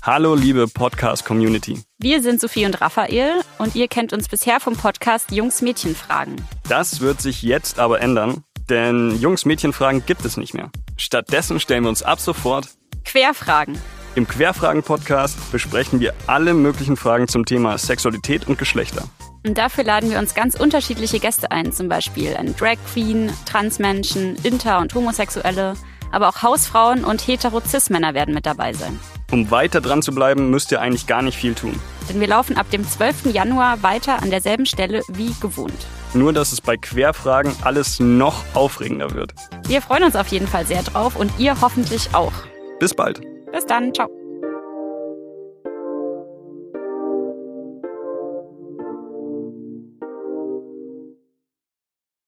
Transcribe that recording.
Hallo liebe Podcast-Community. Wir sind Sophie und Raphael und ihr kennt uns bisher vom Podcast Jungs-Mädchen-Fragen. Das wird sich jetzt aber ändern, denn Jungs-Mädchen-Fragen gibt es nicht mehr. Stattdessen stellen wir uns ab sofort Querfragen. Im Querfragen-Podcast besprechen wir alle möglichen Fragen zum Thema Sexualität und Geschlechter. Und dafür laden wir uns ganz unterschiedliche Gäste ein, zum Beispiel eine Drag Queen, Transmenschen, Inter- und Homosexuelle, aber auch Hausfrauen und hetero-cis-Männer werden mit dabei sein. Um weiter dran zu bleiben, müsst ihr eigentlich gar nicht viel tun. Denn wir laufen ab dem 12. Januar weiter an derselben Stelle wie gewohnt. Nur, dass es bei Querfragen alles noch aufregender wird. Wir freuen uns auf jeden Fall sehr drauf und ihr hoffentlich auch. Bis bald. Bis dann, ciao.